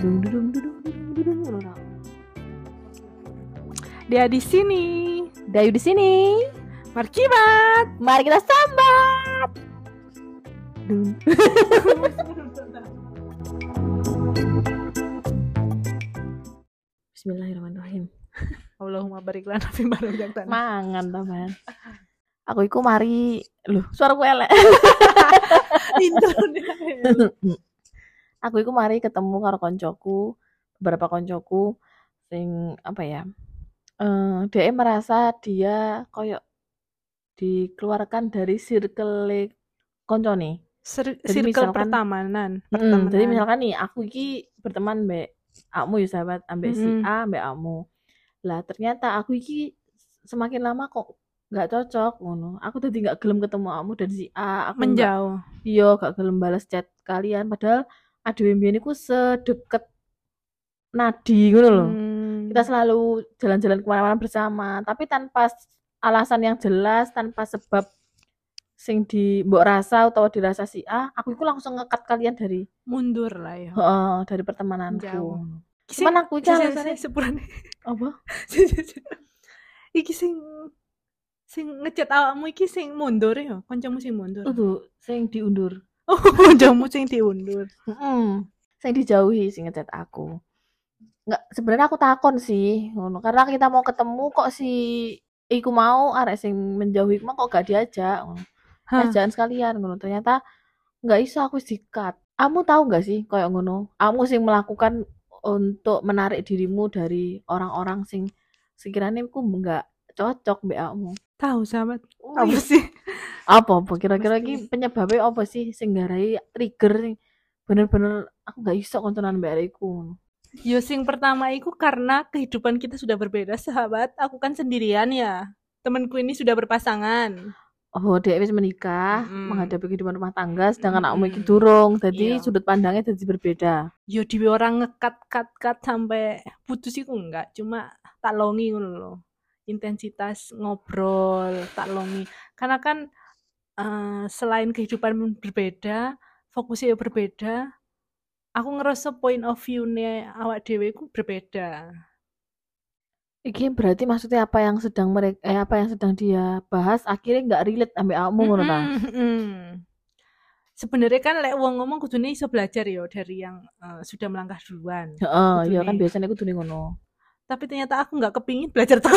Dung dung dung dung dung. Dia di sini. Dayu di sini. Markibat. Mari kita sambat. Dung. Bismillahirrahmanirrahim. Allahumma barik lana fi barakatan. Mangan teman. Aku iku mari, loh, suaraku elek. Aku iku mari ketemu karo koncoku, beberapa koncoku sing apa ya? Dia merasa dia koyo dikeluarkan dari circle koncone. Circle misalkan- pertemanan. Jadi misalkan nih aku iki berteman mbek akmu ya sahabat, ambek si A, ambek akmu. Lah ternyata aku iki semakin lama kok nggak cocok ngono. Aku tadi nggak gelem ketemu akmu dan si A, aku Menjauh. gak gelem balas chat kalian padahal adewe mbiyen iku sedekat nadi ngono loh. Kita selalu jalan-jalan kemana-mana bersama, tapi tanpa alasan yang jelas, tanpa sebab sing di mbok rasa atau dirasa si A, aku itu langsung ngekat kalian dari mundur lah ya. dari pertemananku. Jauh. Cuman aku iki alasannya sepurane apa? Iki sing ngechat awakmu iki sing mundur ya, kancamu sing mundur. Tuh, sing diundur. Oh, kancamu sing diundur. Sing dijauhi sing ngechat aku. Enggak, sebenarnya aku takon sih ngono, karena kita mau ketemu kok si iku mau arek sing menjauhi mah kok gak diajak ngono. Jangan sekalian ngono. Ternyata enggak iso aku sikat. Kamu tahu enggak sih koyo ngono? Kamu sing melakukan untuk menarik dirimu dari orang-orang sing sekiranya aku enggak cocok mbek kamu. Tahu sahabat. Apa sih? Apa kira-kira iki penyebabnya apa sih sing garai trigger sing bener-bener aku enggak iso konconan mbek arekku. Yo sing pertama itu karena kehidupan kita sudah berbeda sahabat. Aku kan sendirian ya. Temanku ini sudah berpasangan. Oh, dia wis menikah, menghadapi kehidupan rumah tangga, sedangkan aku iki durung. Jadi sudut pandangnya jadi berbeda. Yo dhewe orang ngekat sampai putus iku enggak, cuma tak longi ngono lho. Intensitas ngobrol, tak longi. Karena kan selain kehidupan berbeda, fokusnya berbeda. Aku ngerasa point of view-nya awak dhewe ku berbeda. Iki berarti maksudnya apa yang sedang dia bahas akhirnya nggak relate ambek kamu ngono ta? Sebenarnya kan lek wong ngomong kudune iso belajar ya dari yang sudah melangkah duluan. Iya kan biasanya kudune ngono. Tapi ternyata aku nggak kepingin belajar teko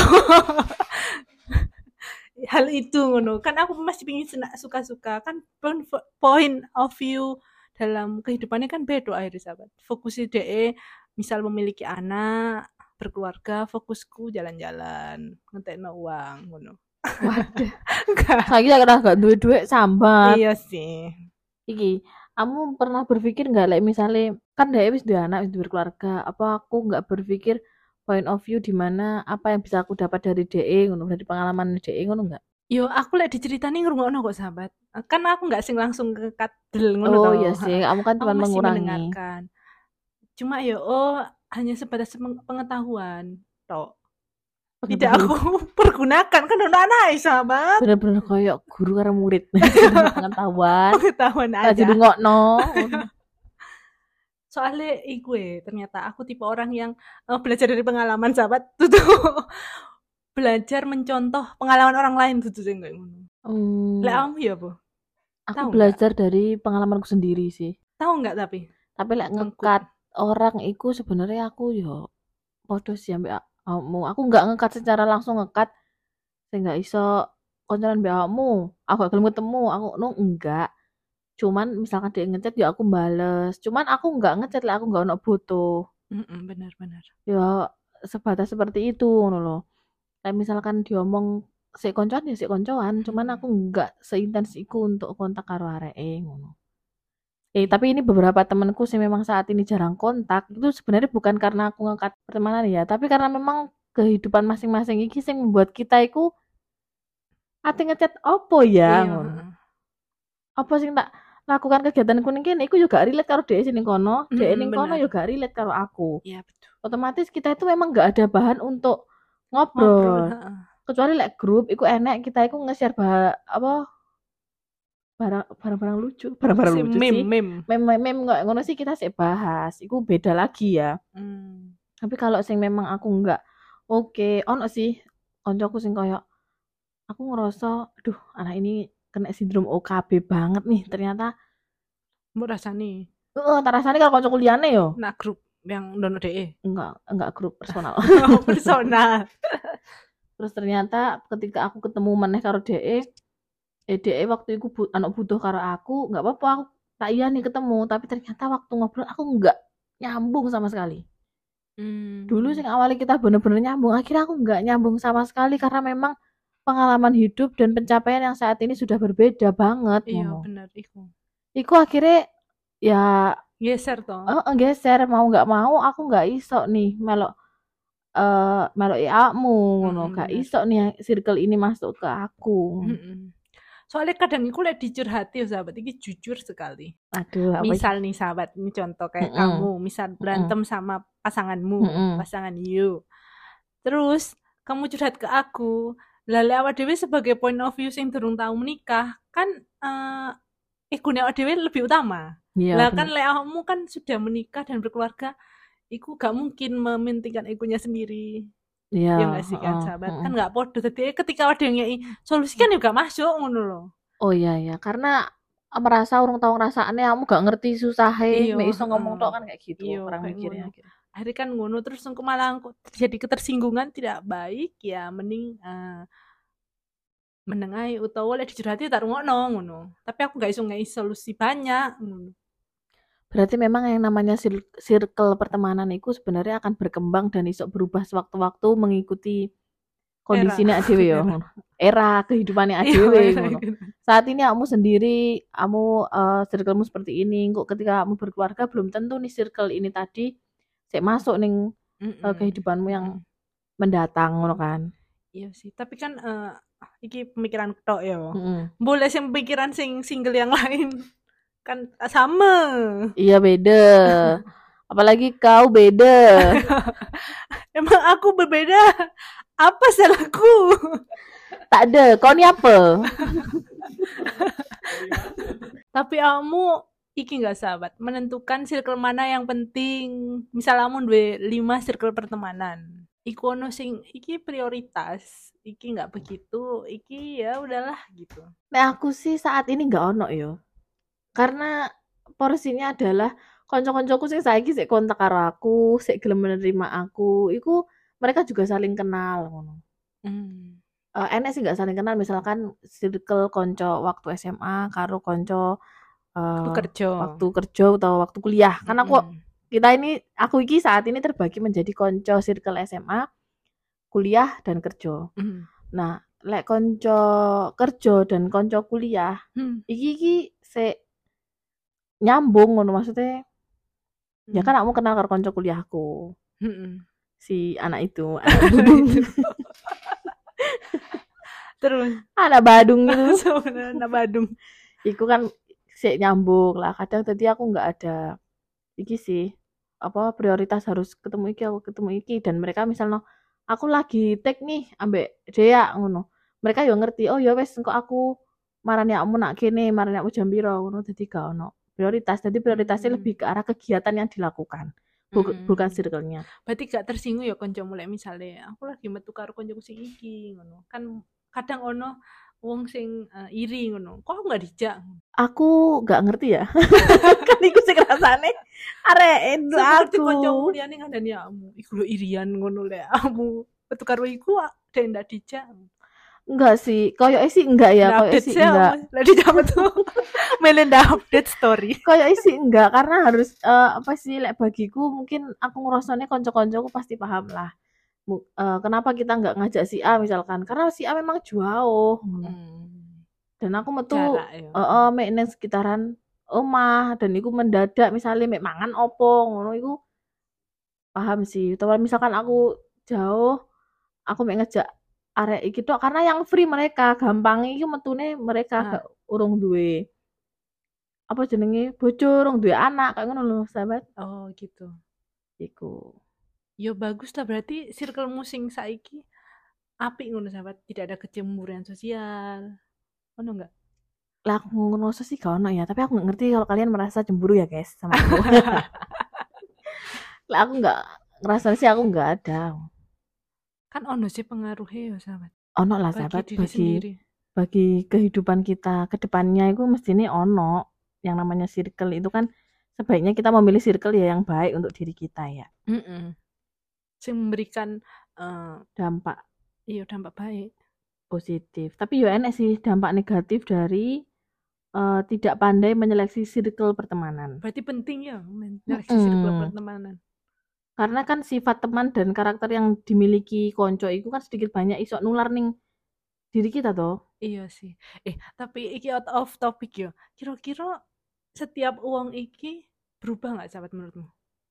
hal itu ngono. Kan aku masih pingin suka-suka kan point of view dalam kehidupannya kan beda akhirnya sahabat. Fokusnya DE misal memiliki anak, berkeluarga, fokusku jalan-jalan, ngetekno uang ngono. Waduh. Saiki ora gak duwe duit sambat. Iya sih. Iki, kamu pernah berpikir enggak lek misale kan dhek wis duwe anak, wis duwe keluarga, apa aku enggak berpikir point of view di mana apa yang bisa aku dapat dari DE ngono, dari pengalaman DE ngono enggak? Yo aku lek diceritani ngrungokno kok sahabat. Kan aku enggak sing langsung ke kadel ngono Oh iya sih, kamu kan cuma mengurangi. Mendengarkan. Cuma yo hanya sebatas pengetahuan tok. Tidak aku pergunakan kan ono anak sahabat. Bener-bener koyo guru karo murid. Pengetahuan aja. Jadi ngokno. Soalnya ternyata aku tipe orang yang belajar dari pengalaman sahabat tuh. Belajar mencontoh pengalaman orang lain tuh sing kayak ngono. Lek kamu ya, Bu? Aku belajar dari pengalamanku sendiri sih. Tahu enggak tapi lek ngekat orang iku sebenarnya aku yo podo sih ambek kamu. Aku enggak ngekat secara langsung ngekat sing enggak iso konconan mbek kamu. Aku gak gelem ketemu, aku enggak. Cuman misalkan dia ngechat ya aku bales. Cuman aku enggak ngechat lek aku enggak ono butuh. Benar. Ya sebatas seperti itu ngono loh. Kayak misalkan diomong sik koncoan ya sik koncoan, cuman aku enggak seintens iku untuk kontak karo areke ngono. Tapi ini beberapa temanku sih memang saat ini jarang kontak, itu sebenarnya bukan karena aku ngangkat pertemanan ya, tapi karena memang kehidupan masing-masing iki sing membuat kita iku ate ngechat opo ya ngono. Apa sing tak lakukan kegiatanku ning kene iku yo gak relate karo dhek sing ning kono, dhek ning kono yo gak relate karo aku. Iya betul. Otomatis kita itu memang gak ada bahan untuk ngobrol. Kecuali grup iku enek kita iku nge-share barang-barang lucu, barang-barang Si lucu meme sih. meme. Meme nggak ngono sih kita sih bahas. Iku beda lagi ya. Hmm. Tapi kalau sing memang aku nggak oke, ono sih koncoku sing koyo aku ngerasa, aduh anak ini kena sindrom OKB banget nih. Ternyata Mbok rasani tak rasanya kalau konco kuliahnya yo nak grup yang dono DE. enggak grup personal. Personal. Terus ternyata ketika aku ketemu maneh karo DE waktu itu anak butuh karo aku, nggak apa-apa aku tak iya nih ketemu, tapi ternyata waktu ngobrol aku nggak nyambung sama sekali. Dulu Hmm. sing awalnya kita bener-bener nyambung, akhirnya aku nggak nyambung sama sekali karena memang pengalaman hidup dan pencapaian yang saat ini sudah berbeda banget Iya ngono. bener iku. Iku akhirnya ya Geser toh. geser mau nggak mau aku nggak iso nih melok melok awakmu ngono, gak Bener. iso nih circle ini masuk ke aku. Soalnya kadang iku lek dicurhati ya sahabat iki jujur sekali. Aduh, apa iki? Misal nih sahabat, ini contoh kayak Heeh. kamu, misal Heeh. berantem sama pasanganmu, Heeh. pasangan you. Terus kamu curhat ke aku, lah lek awak dhewe sebagai point of view sing durung tau menikah, kan egone awak dhewe lebih utama. Iya, Lah kan bener. lek awakmu kan sudah menikah dan berkeluarga, iku gak mungkin mementingkan egonya sendiri. Iya, Ya enggak sih kan heeh, sahabat? heeh. Kan gak podo. Jadi ketika awak dhewe ngei solusi kan juga masuk ngono lho. Oh iya ya, karena merasa urung tau ngrasakne kamu gak ngerti susahe, Iya, mek iso ngomong heeh. tok kan kayak gitu Iya, orang kayak mikirnya ngono. akhirnya. Akhirnya kan ngono terus engko malah engko terjadi ketersinggungan tidak baik ya mending menengahi utawa lek dicurhati tak rungokno ngono. Tapi aku gak iso ngei solusi banyak ngono. Berarti memang yang namanya circle pertemanan itu sebenarnya akan berkembang dan iso berubah sewaktu-waktu mengikuti Era, kondisinya adewe ya era. ngono. Era kehidupannya Iya, adewe era ngono. gitu. Saat ini kamu sendiri, kamu circlemu seperti ini, kok ketika kamu berkeluarga belum tentu nih circle ini tadi sik masuk ning kehidupanmu yang mendatang ngono kan. Iya sih, tapi kan iki pemikiran tok ya. Heeh. Boleh sing pemikiran sing single yang lain kan sama. Iya beda. Apalagi kau beda. Emang aku berbeda? Apa salahku? Tak ada. Kau ni apa? Tapi kamu iki nggak sahabat menentukan circle mana yang penting. Misal kamu duwe 5 circle pertemanan. Iku ono sing iki prioritas, iki nggak begitu, iki ya udahlah gitu. Nah aku sih saat ini nggak ono yo. Karena porsinya adalah konco-koncoku sing saiki sik kontak karo aku, sik gelem menerima aku, iku mereka juga saling kenal ngono. Enek sih nggak saling kenal misalkan circle konco waktu SMA karo konco Waktu eh, kerja. waktu kerja atau waktu kuliah. Kan aku iki saat ini terbagi menjadi konco circle SMA, kuliah dan kerja. Nah, lek konco kerja dan konco kuliah, iki sik nyambung ngono maksudnya. Ya kan kamu kenal karo konco kuliahku. Si anak itu, anak budung. Terus Anak Badung itu. sebenarnya anak Badung. Iku kan sik nyambung lah. Kadang tadi aku nggak ada iki sih apa prioritas harus ketemu iki aku ketemu iki dan mereka misalnya aku lagi tag nih ambek Dea ngono. Mereka yo ngerti, oh ya wes engko aku marani kamu nak kene, marani aku jam piro ngono dadi gak ono prioritas. Jadi prioritasnya lebih ke arah kegiatan yang dilakukan. Bukan circle-nya. Berarti gak tersinggung ya konco mulai misalnya aku lagi metu karo koncoku sing iki ngono. Kan kadang ono wong sing iri ngono. Kok aku gak dijak? Aku gak ngerti ya. Kan iku sing rasane arek itu Seperti aku. koncoku liyane ngandani kamu. Iku lho irian ngono lek kamu. Metu karo iku ada ndak dijak. Enggak sih, koyoke sih enggak ya, koyoke sih enggak. Lah dijak metu. Melinda update story. Koyoke sih enggak karena harus apa sih lek bagiku mungkin aku ngerasane kanca-kancaku pasti paham lah. Kenapa kita nggak ngajak si A misalkan karena si A memang jauh dan aku metu Jarak ya. mek nang sekitaran omah dan iku mendadak misalnya mek mangan opo ngono iku paham sih. Tapi misalkan aku jauh aku mek ngejak arek iki tok karena yang free mereka gampang iki metune mereka gak urung duwe apa jenenge bojo urung duwe anak kayak ngono lho sahabat. Oh gitu. Iku. Ya bagus lah berarti circle musing saiki apik ngono sahabat, tidak ada kecemburuan sosial. Ono enggak? Lah aku ngono sih gak ono ya, tapi aku nggak ngerti kalau kalian merasa cemburu ya guys sama aku. Lah aku nggak ngerasa sih, aku nggak ada. Kan ono sih pengaruhnya ya sahabat. Ono lah Bagi sahabat, diri sendiri. bagi kehidupan kita ke depannya itu mestinya ono yang namanya circle itu kan, sebaiknya kita memilih circle ya yang baik untuk diri kita ya. Sing memberikan Dampak dampak baik. positif. Tapi yo enek sih dampak negatif dari tidak pandai menyeleksi circle pertemanan. Berarti penting ya menyeleksi circle pertemanan. Karena kan sifat teman dan karakter yang dimiliki konco itu kan sedikit banyak iso nular ning diri kita toh. Iya sih. Tapi iki out of topic ya. Kira-kira setiap uang iki berubah nggak sahabat menurutmu?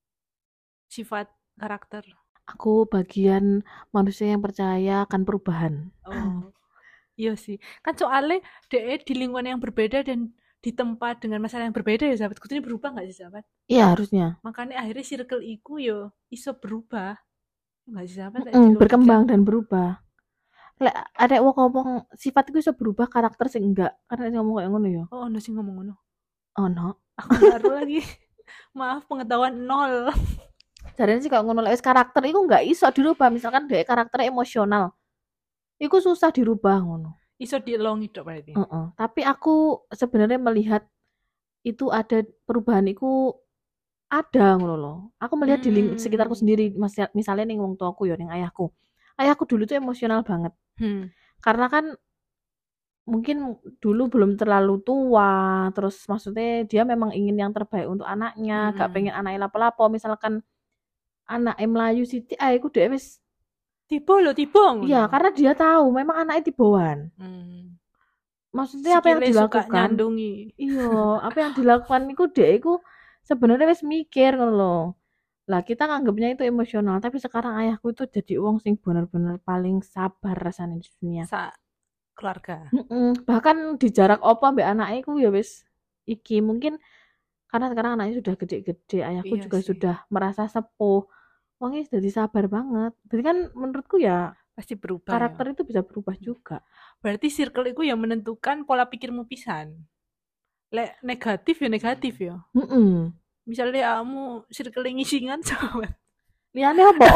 Sifat karakter. Aku bagian manusia yang percaya akan perubahan. Iya sih. Kan soalnya di lingkungan yang berbeda dan di tempat dengan masalah yang berbeda ya sahabat. Kutunya berubah nggak sih sahabat? Iya harusnya. Makanya akhirnya circle iku yo iso berubah. Nggak sih sahabat? Berkembang dan berubah. Lek ada wong ngomong sifat itu bisa berubah, karakter sih enggak. Karena sih ngomong kayak ngono ya. Oh, ono sih ngomong ngono. Ono. Aku baru lagi. Maaf, pengetahuan 0. Jarene sih kalau ngono lek karakter itu enggak iso dirubah. Misalkan dhek karakternya emosional. Iku susah dirubah ngono. Iso dielongi tok berarti. Tapi aku sebenarnya melihat itu ada perubahan itu ada ngono loh. Aku melihat di sekitarku sendiri, misalnya ning wong tuaku ya, ning ayahku. Ayahku dulu tuh emosional banget. Karena kan mungkin dulu belum terlalu tua, terus maksudnya dia memang ingin yang terbaik untuk anaknya, gak pengen anaknya lapo-lapo. Misalkan anak Melayu Siti, aku deh wis tiba. Iya, karena dia tahu memang anaknya tiboan. Maksudnya apa yang dilakukan? Iya, apa yang dilakukan itu dia itu sebenarnya wis mikir ngono loh. Lah kita nganggapnya itu emosional, tapi sekarang ayahku itu jadi wong sing bener-bener paling sabar rasanya di dunia. Keluarga. Bahkan di jarak opo mbek anaknya ku ya wis iki, mungkin karena sekarang anaknya sudah gede-gede, ayahku juga sih sudah merasa sepuh. Wongnya jadi sabar banget. Jadi kan menurutku ya pasti berubah. Karakter itu bisa berubah juga. Berarti circle itu yang menentukan pola pikirmu pisan. Lek negatif ya negatif ya. Misalnya kamu circle ngisingan sama. Liane apa?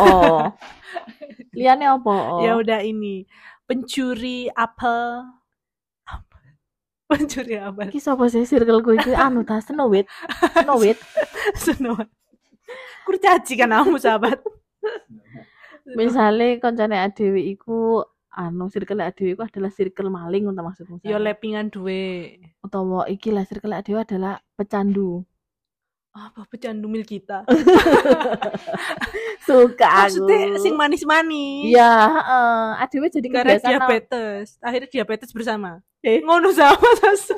Liane apa? Ya udah ini. Pencuri apel. Pencuri apel. Iki sapa sih circleku iki anu ta Snowit. Kurcaci kan kamu sahabat. Misalnya koncone adewe iku circle adewe iku adalah circle maling untuk maksudmu. Ya lepingan duwe. Utawa iki lah circle adewe adalah pecandu. Apa pecandu mil kita? Suka aku. Maksudnya sing manis-manis. Iya, adewe jadi karena diabetes. Akhirnya diabetes bersama. Ngono sama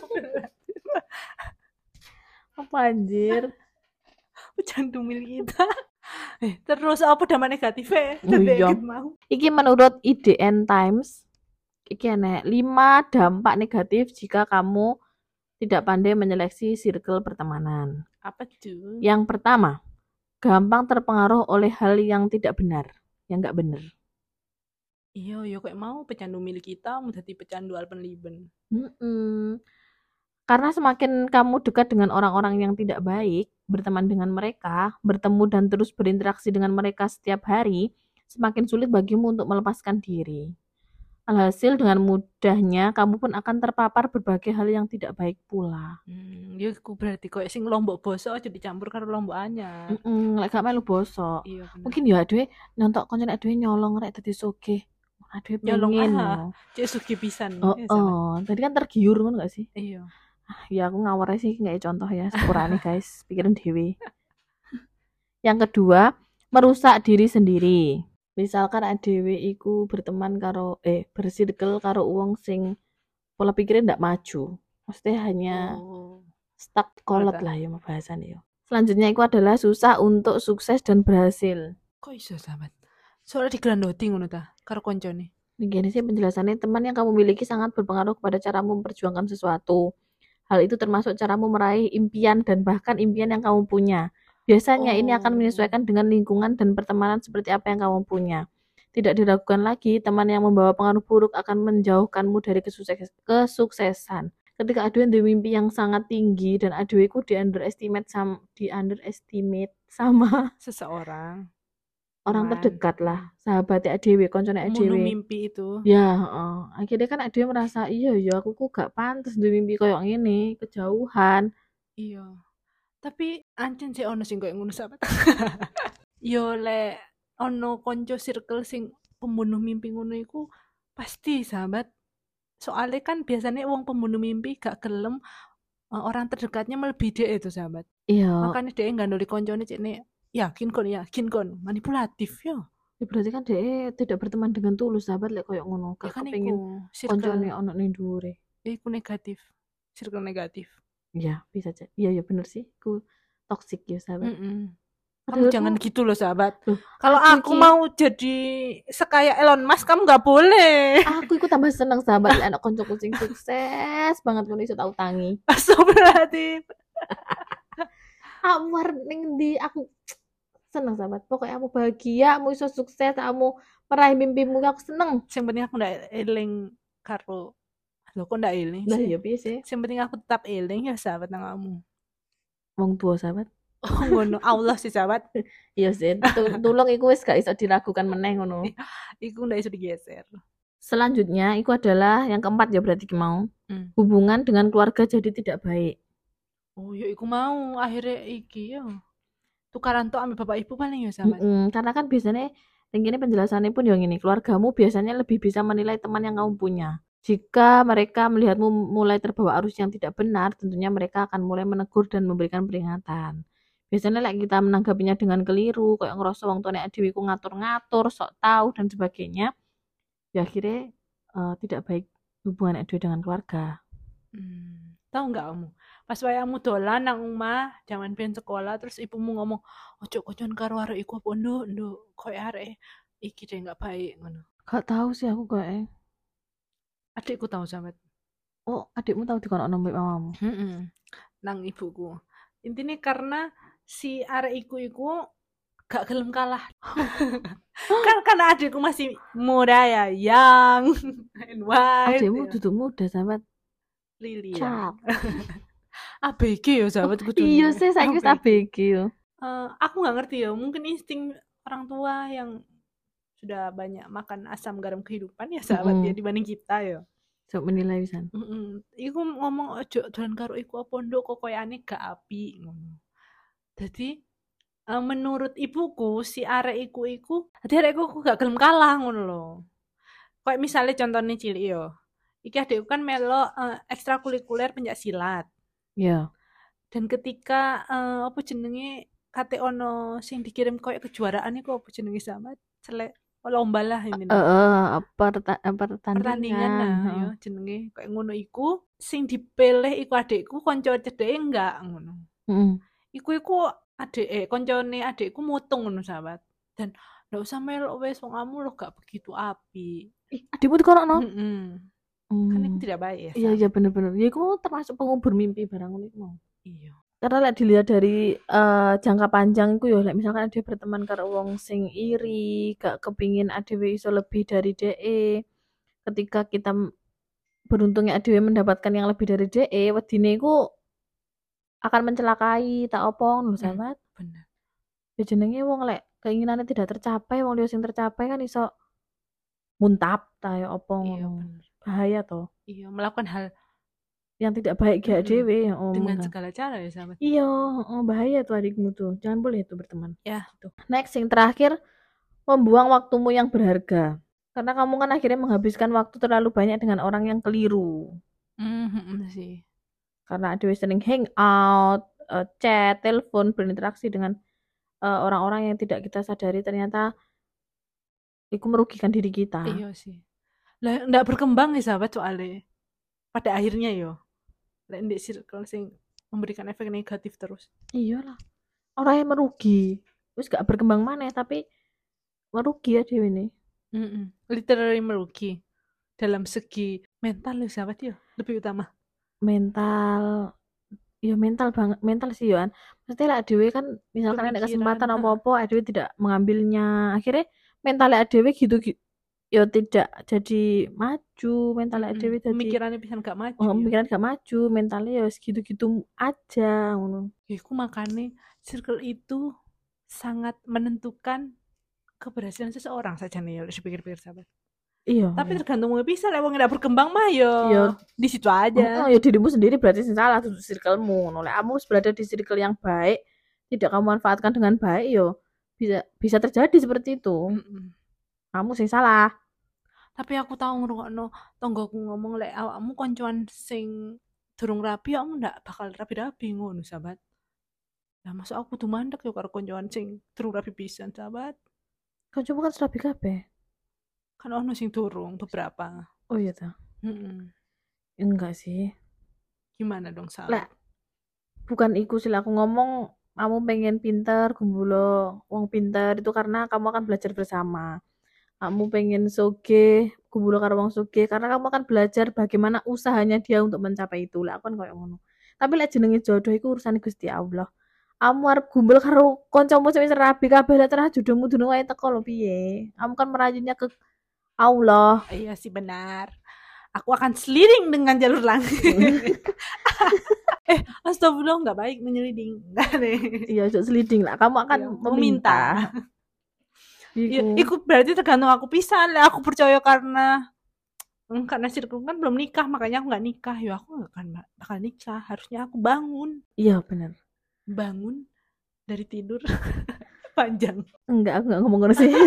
apa anjir? Pecandu mil kita. Terus apa dampak negatifnya? Iki menurut IDN Times, iki enek 5 dampak negatif jika kamu tidak pandai menyeleksi circle pertemanan. Apa tuh? Yang pertama, gampang terpengaruh oleh hal yang tidak benar, yang enggak benar. Iya, kayak mau pecandu milik kita mau jadi pecandu Alpenliben. Karena semakin kamu dekat dengan orang-orang yang tidak baik, berteman dengan mereka, bertemu dan terus berinteraksi dengan mereka setiap hari, semakin sulit bagimu untuk melepaskan diri. Alhasil dengan mudahnya kamu pun akan terpapar berbagai hal yang tidak baik pula. Ya aku berarti kok sing lombok bosok aja dicampur karo lombok anyar. Lek gak melu bosok. Iya, mungkin ya adewe nonton koncone adewe nyolong rek dadi sugih. Adewe pengen. Cek sugih pisan. Tadi kan tergiur ngono gak sih? Iya. Ya aku ngawur sih nggak contoh ya, sepurane guys, pikirin dewe. Yang kedua, merusak diri sendiri. Misalkan adewe iku berteman karo bersirkel karo wong sing pola pikirnya ndak maju. Maksudnya hanya stuck kolot lah ya bahasanya ya. Selanjutnya itu adalah susah untuk sukses dan berhasil. Kok iso sahabat? Soalnya digrandoti ngono ta karo koncone. Begini sih penjelasannya, teman yang kamu miliki sangat berpengaruh kepada caramu memperjuangkan sesuatu. Hal itu termasuk caramu meraih impian dan bahkan impian yang kamu punya. Biasanya ini akan menyesuaikan dengan lingkungan dan pertemanan seperti apa yang kamu punya. Tidak diragukan lagi, teman yang membawa pengaruh buruk akan menjauhkanmu dari kesuksesan. ketika adewe duwe mimpi yang sangat tinggi dan adewe ku di underestimate sama Seseorang, orang teman, terdekat lah, sahabatnya adewe, koncone pembunuh adewe. mimpi itu. Ya, heeh. Akhirnya kan adewe merasa, iya ya aku ku gak pantes duwe mimpi koyo ngene, kejauhan. Iya. Tapi ancen sih ono sing koyo ngono sahabat. Yo lek ono konco circle sing pembunuh mimpi ngono iku pasti sahabat. Soalnya kan biasanya wong pembunuh mimpi gak gelem orang terdekatnya melebihi dia itu sahabat. Iya, Makanya dia gandoli koncone cekne yakin kon manipulatif ya. ya berarti kan dia tidak berteman dengan tulus sahabat lek koyo ngono, Ya gak kan kepengin iku koncone circle ono ning dhuwure. iku negatif. Circle negatif. Iya, bisa aja. Iya ya bener sih, ku toksik ya sahabat. Kamu Padahal jangan ku gitu loh sahabat. loh, Kalau aku iki mau jadi sekaya Elon Musk kamu nggak boleh. aku iku tambah seneng sahabat lek anak koncoku sing sukses banget ngono iso tak utangi. Astagfirullahaladzim. Awar ning ndi aku seneng sahabat. Pokoknya kamu bahagia, kamu iso sukses, kamu meraih mimpimu, aku seneng. Yang penting aku ndak eling karo Loh kok ndak eling Lah sih? ya piye sih? Yang penting aku tetap eling ya sahabat nang kamu. Wong tua sahabat. Oh ngono Allah sih sahabat. Iya sih, tulung iku wis gak iso diragukan meneh ngono. Iku ndak iso digeser. Selanjutnya itu adalah yang keempat ya berarti ki mau. Hubungan dengan keluarga jadi tidak baik. Oh ya iku mau akhirnya iki ya. Tukaran tok ambil bapak ibu paling ya sahabat. Karena kan biasanya ini penjelasannya pun yang ini, keluargamu biasanya lebih bisa menilai teman yang kamu punya. Jika mereka melihatmu mulai terbawa arus yang tidak benar, tentunya mereka akan mulai menegur dan memberikan peringatan. Biasanya like kita menanggapinya dengan keliru, kayak ngerasa wong tuane dhewe ku ngatur-ngatur, sok tahu dan sebagainya. Ya akhirnya tidak baik hubungan dhewe dengan keluarga. Tahu nggak kamu? Pas wayamu dolan nang omah, jaman ben sekolah terus ibumu ngomong, "Ojo kocan karo arek iku apa nduk, koyo arek iki deh nggak baik ngono." Gak tahu sih aku kayak. Adikku tahu sahabat. Oh, adikmu tahu dikonokno mbek mamamu? Nang ibuku. Intinya karena si arek iku gak gelem kalah. Kan karena adikku masih muda ya, young and wild. Adikmu ya. duduk muda sahabat. Lili Cap. ya. ABG ya sahabatku dulu. Iya sih, saya wis ABG yo. Aku nggak ngerti ya, mungkin insting orang tua yang sudah banyak makan asam garam kehidupan ya sahabat ya dibanding kita ya. Sok menilai pisan. Iku ngomong ojo dolan karo iku apa nduk kok koyane gak apik ngono. Jadi menurut ibuku si arek iku dadi arekku gak gelem kalah ngono lho. Kayak misalnya contohnya cilik yo. Iki adekku kan melo ekstrakurikuler pencak silat. Iya. Dan ketika apa jenenge kate ono sing dikirim koyo kejuaraan iku apa jenenge sahabat? Lomba lah ini. Pertandingan nah, ya jenenge kayak ngono iku sing dipilih iku adekku kanca cedeke enggak ngono. Iku adek koncone adekku mutung ngono sahabat. Dan ndak usah melok wis wong kamu lo gak begitu api. Adikmu dikonokno? Kan itu tidak baik ya. Iya bener-bener. Ya iku termasuk pengubur mimpi barang ngono iku. Iya. Karena dilihat dari jangka panjang iku ya misalkan dia berteman karo wong sing iri, gak kepingin adewe iso lebih dari DE. Ketika kita beruntungnya adewe mendapatkan yang lebih dari DE, wedine iku akan mencelakai tak opong lho sahabat. Bener. Ya jenenge wong lek keinginannya tidak tercapai, wong liya sing tercapai kan iso muntap ta ya apa ngono. Bahaya toh. Iya, melakukan hal yang tidak baik gak dewe dengan segala cara ya sahabat. Iya, bahaya tuh adikmu tuh. Jangan boleh tuh berteman. Ya. Tuh. Next yang terakhir, membuang waktumu yang berharga. Karena kamu kan akhirnya menghabiskan waktu terlalu banyak dengan orang yang keliru. Sih. Karena dewe sering hangout, chat, telepon, berinteraksi dengan orang-orang yang tidak kita sadari ternyata itu merugikan diri kita. Iya sih. Lah ndak berkembang ya sahabat soalnya. Pada akhirnya yo. Lek ndek circle sing memberikan efek negatif terus. Iyalah. Orang yang merugi. Wis gak berkembang maneh tapi merugi ya dewe ini. Literally merugi. Dalam segi mental ya sahabat ya, lebih utama. Mental ya mental banget, mental sih Yohan. Maksudnya lah dewe kan misalkan ada kesempatan apa-apa dewe tidak mengambilnya. Akhirnya mentalnya dewe gitu yo tidak jadi maju mentalnya dhewe dadi Pemikirannya bisa gak maju ya. pemikiran gak maju, mentalnya ya segitu-gitu aja ngono. Iku makanya circle itu sangat menentukan keberhasilan seseorang saja nih, harus dipikir-pikir sahabat. Iya, Tapi iya. tergantung wong bisa, lek wong nggak berkembang mah yo Iya. di situ aja. Ya dirimu sendiri berarti sing salah untuk circlemu ngono. Lek kamu berada di circle yang baik, tidak kamu manfaatkan dengan baik yo bisa bisa terjadi seperti itu. Mm-mm. Kamu sing salah. Tapi aku tahu ngrungokno tonggoku ngomong lek awakmu koncoan sing durung rapi, kamu ndak bakal rapi-rapi ngono, sahabat. Lah masuk aku kudu mandek yo karo koncoan sing durung rapi pisan, sahabat. Kancamu kan serabi kabeh. Kan ono sing durung beberapa. Oh iya ta. Enggak sih. Gimana dong, Lek sahabat? bukan iku sih aku ngomong kamu pengen pinter, gumbulo wong pinter itu karena kamu akan belajar bersama. Kamu pengen sugih, gumbulo karo wong sugih karena kamu akan belajar bagaimana usahanya dia untuk mencapai itu. Lah aku kan koyo ngono. Tapi lek jenenge jodoh iku urusan Gusti Allah. Kamu arep gumbul karo kancamu sing wis rabi kabeh lah terus jodohmu dunung wae teko lho piye. Kamu kan merayunya ke Allah. Iya sih benar. Aku akan seliding dengan jalur langit. Astagfirullah, nggak baik menyeliding. Nggak deh. Iya, ojo seliding lah. Kamu akan Iya, meminta. Iya, Iku. iku berarti tergantung aku pisan. Lek aku percaya karena circle kan belum nikah, makanya aku nggak nikah. Ya aku nggak akan bakal nikah. Harusnya aku bangun Iya, benar. dari tidur panjang. Enggak, aku enggak ngomong ngono sih.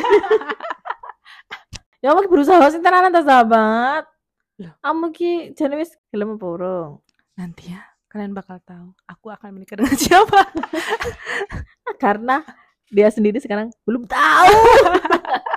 Ya aku berusaha sing tenanan ta, sahabat. Loh. Kamu ki jane wis gelem apa urung? Nanti ya, kalian bakal tahu aku akan menikah dengan siapa. Karena dia sendiri sekarang belum tahu.